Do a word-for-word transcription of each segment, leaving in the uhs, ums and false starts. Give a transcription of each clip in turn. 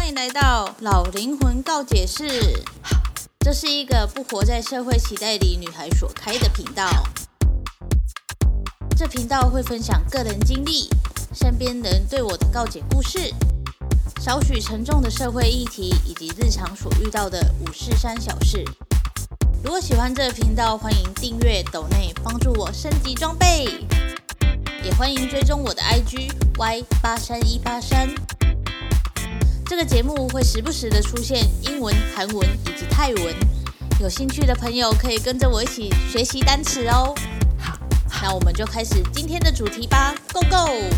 迎来到老灵魂告解室。这是一个不活在社会期待里女孩所开的频道。这频道会分享个人经历、身边人对我的告解故事，少许沉重的社会议题，以及日常所遇到的五四三小事。如果喜欢这个频道，欢迎订阅、抖内帮助我升级装备，也欢迎追踪我的 I G Y 八三一八三。这个节目会时不时的出现英文、韩文以及泰文，有兴趣的朋友可以跟着我一起学习单词哦。那我们就开始今天的主题吧 ，Go Go！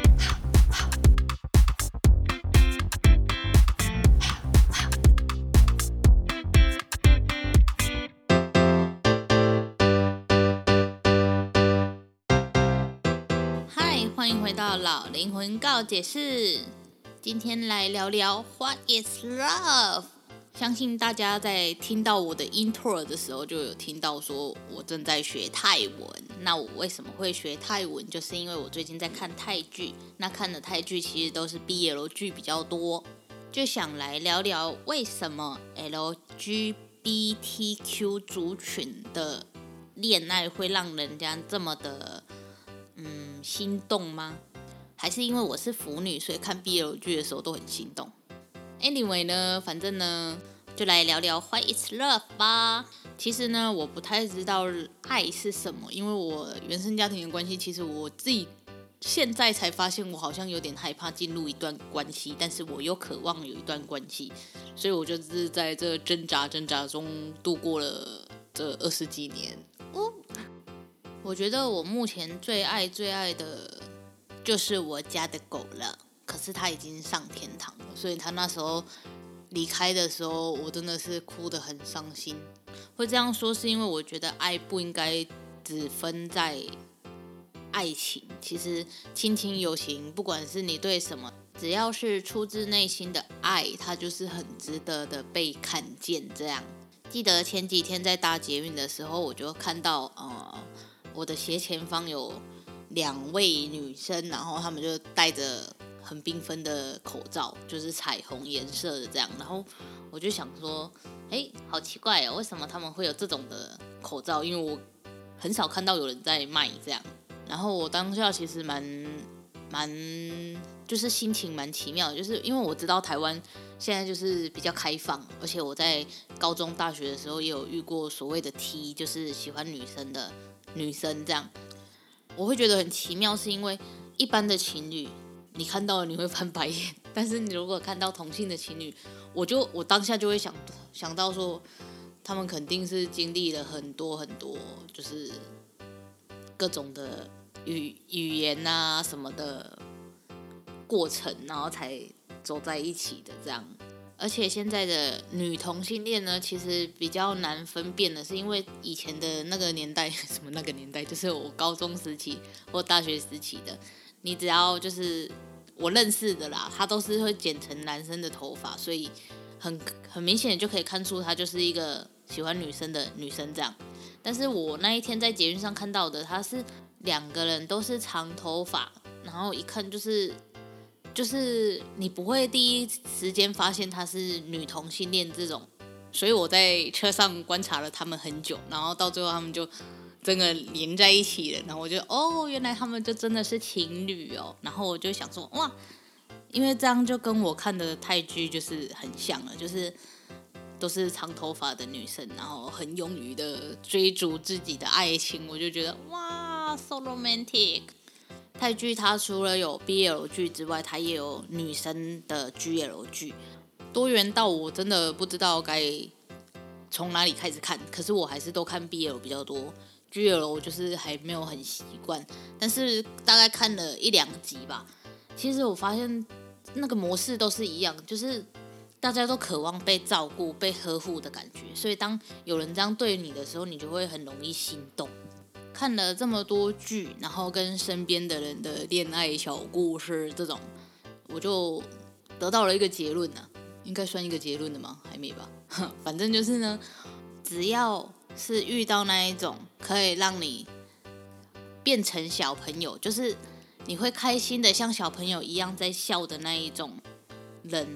嗨，欢迎回到老灵魂告解室。今天来聊聊 What is love？ 相信大家在听到我的 intro 的时候，就有听到说我正在学泰文。那我为什么会学泰文？就是因为我最近在看泰剧，那看的泰剧其实都是 B L 剧比较多，就想来聊聊为什么 L G B T Q 族群的恋爱会让人家这么的嗯心动吗？还是因为我是腐女，所以看 B L 剧的时候都很心动。Anyway 呢，反正呢，就来聊聊 What is love 吧。其实呢，我不太知道爱是什么，因为我原生家庭的关系，其实我自己现在才发现，我好像有点害怕进入一段关系，但是我又渴望有一段关系，所以我就是在这挣扎挣扎中度过了这二十几年。哦，我觉得我目前最爱最爱的就是我家的狗了，可是它已经上天堂了，所以它那时候离开的时候，我真的是哭得很伤心。会这样说是因为我觉得爱不应该只分在爱情，其实亲情友情，不管是你对什么，只要是出自内心的爱，它就是很值得的被看见。这样，记得前几天在搭捷运的时候，我就看到呃，我的斜前方有两位女生，然后她们就戴着很缤纷的口罩，就是彩虹颜色的这样，然后我就想说，哎，好奇怪哦，为什么他们会有这种的口罩？因为我很少看到有人在卖这样。然后我当下其实蛮蛮就是心情蛮奇妙的，就是因为我知道台湾现在就是比较开放，而且我在高中大学的时候也有遇过所谓的 T， 就是喜欢女生的女生这样。我会觉得很奇妙，是因为一般的情侣你看到了你会翻白眼，但是你如果看到同性的情侣，我就我当下就会想想到说，他们肯定是经历了很多很多，就是各种的语语言啊什么的过程，然后才走在一起的这样。而且现在的女同性恋呢，其实比较难分辨的是，因为以前的那个年代，什么那个年代，就是我高中时期或大学时期的，你只要就是我认识的啦，他都是会剪成男生的头发，所以很很明显的就可以看出他就是一个喜欢女生的女生这样。但是我那一天在捷运上看到的，他是两个人都是长头发，然后一看就是就是你不会第一时间发现他是女同性恋这种，所以我在车上观察了他们很久，然后到最后他们就真的连在一起了，然后我就哦，原来他们就真的是情侣哦，然后我就想说哇，因为这样就跟我看的泰剧就是很像了，就是都是长头发的女生，然后很勇于的追逐自己的爱情，我就觉得哇 ，so romantic。泰剧它除了有 B L 剧之外，它也有女生的 G L 剧，多元到我真的不知道该从哪里开始看，可是我还是都看 B L 比较多。G L 我就是还没有很习惯，但是大概看了一两集吧。其实我发现那个模式都是一样，就是大家都渴望被照顾、被呵护的感觉，所以当有人这样对你的时候，你就会很容易心动。看了这么多剧，然后跟身边的人的恋爱小故事这种，我就得到了一个结论啊，应该算一个结论的吗？还没吧。反正就是呢，只要是遇到那一种可以让你变成小朋友，就是你会开心的像小朋友一样在笑的那一种人，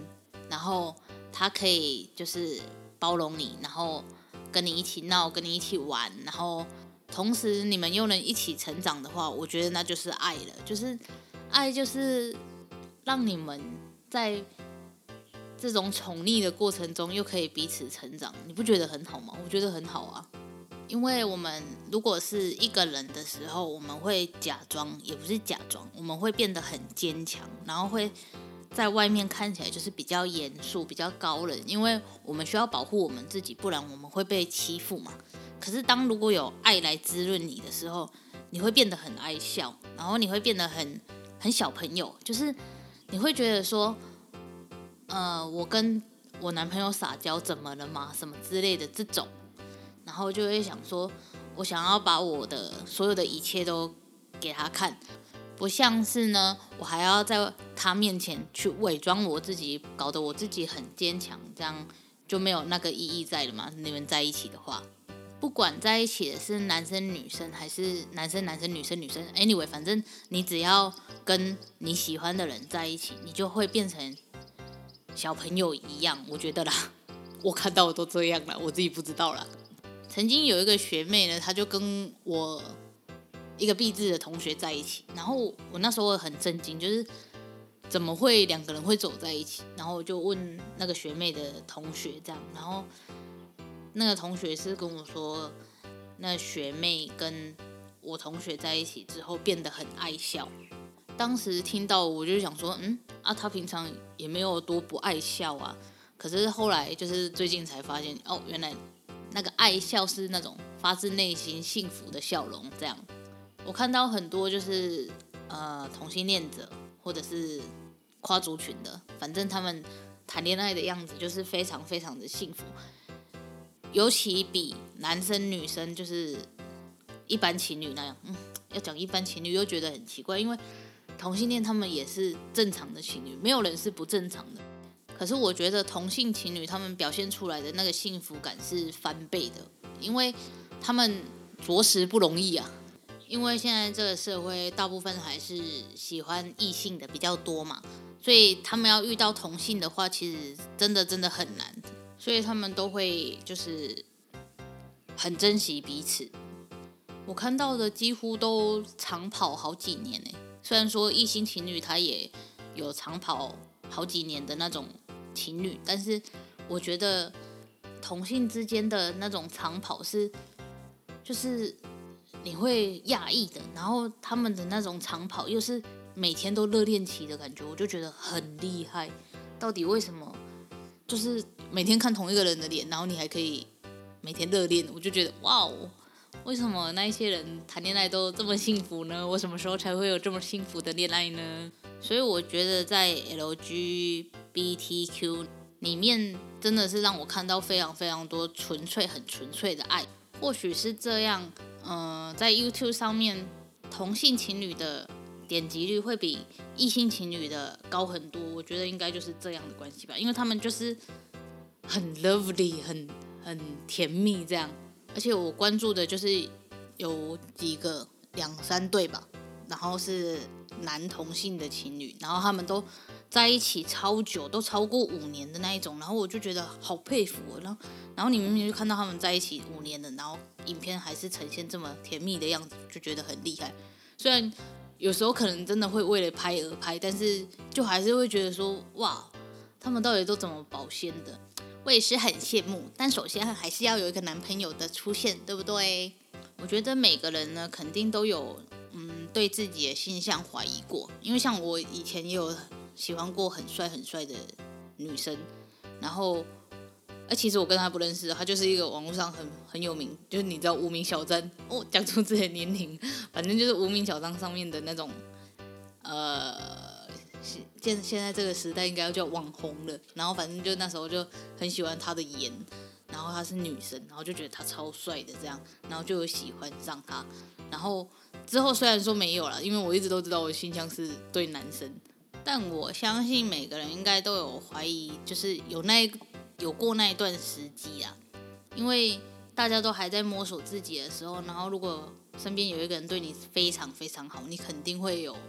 然后他可以就是包容你，然后跟你一起闹，跟你一起玩，然后同时你们又能一起成长的话，我觉得那就是爱了。就是爱就是让你们在这种宠溺的过程中又可以彼此成长，你不觉得很好吗？我觉得很好啊。因为我们如果是一个人的时候，我们会假装，也不是假装，我们会变得很坚强，然后会在外面看起来就是比较严肃、比较高冷，因为我们需要保护我们自己，不然我们会被欺负嘛。可是当如果有爱来滋润你的时候，你会变得很爱笑，然后你会变得很很小朋友，就是你会觉得说，呃，我跟我男朋友撒娇怎么了吗？什么之类的这种。然后就会想说，我想要把我的所有的一切都给他看，不像是呢，我还要在他面前去伪装我自己，搞得我自己很坚强，这样就没有那个意义在了嘛。你们在一起的话，不管在一起的是男生女生，还是男生男生女生女生 ，anyway， 反正你只要跟你喜欢的人在一起，你就会变成小朋友一样，我觉得啦，我看到的都这样啦，我自己不知道啦。曾经有一个学妹呢，她就跟我一个毕制的同学在一起，然后我那时候很震惊，就是怎么会两个人会走在一起？然后我就问那个学妹的同学这样，然后那个同学是跟我说，那学妹跟我同学在一起之后变得很爱笑。当时听到我就想说，嗯啊，她平常也没有多不爱笑啊。可是后来就是最近才发现，哦，原来那个爱笑是那种发自内心幸福的笑容。这样，我看到很多就是呃同性恋者或者是跨族群的，反正他们谈恋爱的样子就是非常非常的幸福，尤其比男生女生就是一般情侣那样。嗯，要讲一般情侣又觉得很奇怪，因为同性恋他们也是正常的情侣，没有人是不正常的。可是我觉得同性情侣他们表现出来的那个幸福感是翻倍的，因为他们着实不容易啊。因为现在这个社会大部分还是喜欢异性的比较多嘛，所以他们要遇到同性的话，其实真的真的很难，所以他们都会就是很珍惜彼此。我看到的几乎都长跑好几年呢，虽然说异性情侣他也有长跑好几年的那种情侣，但是我觉得同性之间的那种长跑是就是你会讶异的，然后他们的那种长跑又是每天都热恋期的感觉，我就觉得很厉害。到底为什么就是每天看同一个人的脸，然后你还可以每天热恋？我就觉得哇哦，为什么那一些人谈恋爱都这么幸福呢？我什么时候才会有这么幸福的恋爱呢？所以我觉得在 L G B T Q 里面真的是让我看到非常非常多纯粹很纯粹的爱。或许是这样，呃，在 YouTube 上面同性情侣的点击率会比异性情侣的高很多，我觉得应该就是这样的关系吧，因为他们就是很 lovely 很很甜蜜这样。而且我关注的就是有几个两三对吧，然后是男同性的情侣，然后他们都在一起超久，都超过五年的那一种，然后我就觉得好佩服哦。然后，然后你明明就看到他们在一起五年了，然后影片还是呈现这么甜蜜的样子，就觉得很厉害。虽然有时候可能真的会为了拍而拍，但是就还是会觉得说，哇，他们到底都怎么保鲜的？我也是很羡慕，但首先还是要有一个男朋友的出现，对不对？我觉得每个人呢，肯定都有嗯对自己的性向怀疑过，因为像我以前也有喜欢过很帅很帅的女生，然后，呃，其实我跟他不认识，他就是一个网络上很很有名，就是你知道无名小站，哦，讲出自己的年龄，反正就是无名小站上面的那种，呃。现现在这个时代应该要叫网红了，然后反正就那时候就很喜欢他的颜，然后他是女生，然后就觉得他超帅的这样，然后就有喜欢上他，然后之后虽然说没有了，因为我一直都知道我的性向是对男生，但我相信每个人应该都有怀疑，就是有那有过那一段时机啊，因为大家都还在摸索自己的时候，然后如果身边有一个人对你非常非常好，你肯定会有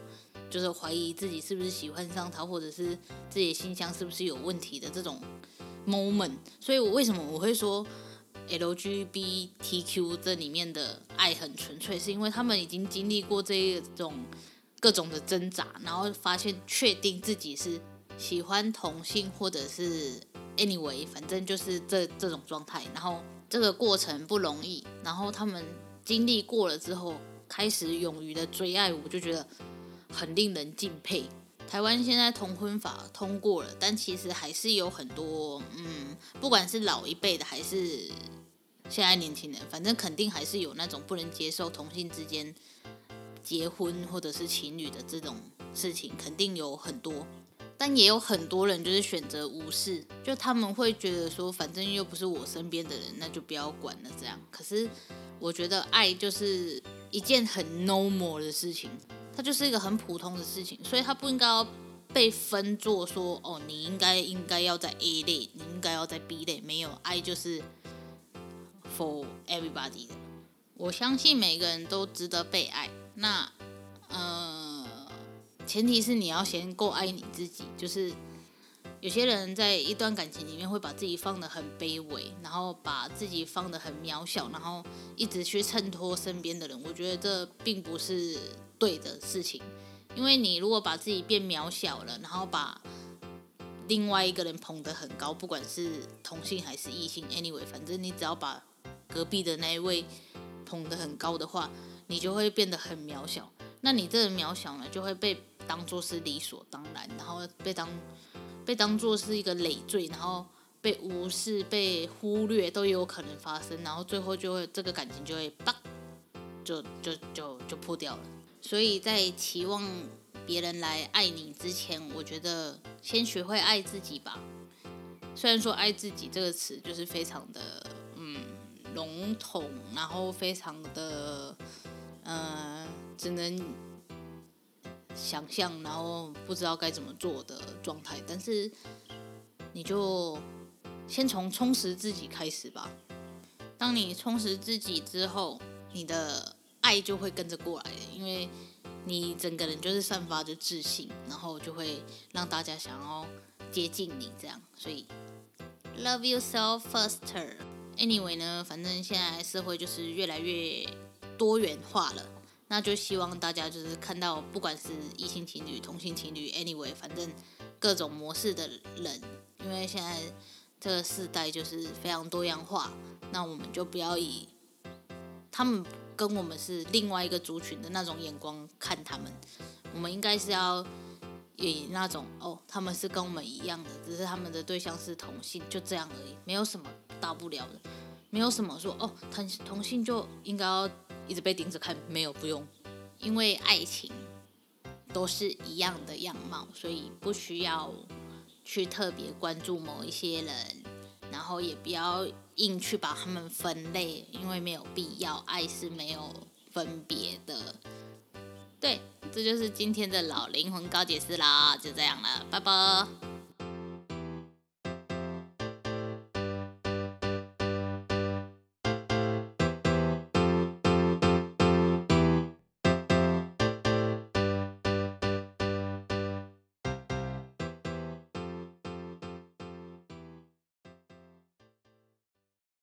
就是怀疑自己是不是喜欢上他，或者是自己的性向是不是有问题的这种 moment。所以我为什么我会说 L G B T Q 这里面的爱很纯粹，是因为他们已经经历过这种各种的挣扎，然后发现确定自己是喜欢同性，或者是 anyway 反正就是这这种状态，然后这个过程不容易，然后他们经历过了之后开始勇于的追爱，我就觉得很令人敬佩。台湾现在同婚法通过了，但其实还是有很多嗯，不管是老一辈的还是现在年轻人，反正肯定还是有那种不能接受同性之间结婚或者是情侣的这种事情，肯定有很多。但也有很多人就是选择无视，就他们会觉得说反正又不是我身边的人，那就不要管了这样。可是我觉得爱就是一件很 normal 的事情，它就是一个很普通的事情，所以它不应该要被分作说哦，你应该应该要在 A 类，你应该要在 B 类。没有，爱就是 for everybody 的。我相信每个人都值得被爱，那呃，前提是你要先够爱你自己。就是有些人在一段感情里面会把自己放得很卑微，然后把自己放得很渺小，然后一直去衬托身边的人，我觉得这并不是对的事情。因为你如果把自己变渺小了，然后把另外一个人捧得很高，不管是同性还是异性 anyway 反正你只要把隔壁的那一位捧得很高的话，你就会变得很渺小。那你这个渺小呢，就会被当作是理所当然，然后被当被当作是一个累赘，然后被无视、被忽略都有可能发生，然后最后就会这个感情就会啪就就就就破掉了。所以在期望别人来爱你之前，我觉得先学会爱自己吧。虽然说爱自己这个词就是非常的嗯笼统，然后非常的呃只能想象，然后不知道该怎么做的状态，但是你就先从充实自己开始吧。当你充实自己之后，你的爱就会跟着过来的，因为你整个人就是散发着自信，然后就会让大家想要接近你这样。所以 love yourself faster。 anyway 呢，反正现在社会就是越来越多元化了，那就希望大家就是看到不管是异性情侣、同性情侣 anyway 反正各种模式的人，因为现在这个世代就是非常多样化，那我们就不要以他们跟我们是另外一个族群的那种眼光看他们，我们应该是要以那种哦，他们是跟我们一样的，只是他们的对象是同性，就这样而已，没有什么大不了的，没有什么说哦，同性就应该要一直被盯着看，没有，不用，因为爱情都是一样的样貌，所以不需要去特别关注某一些人，然后也不要硬去把他们分类，因为没有必要，爱是没有分别的。对，这就是今天的老灵魂高解释啦，就这样了，拜拜。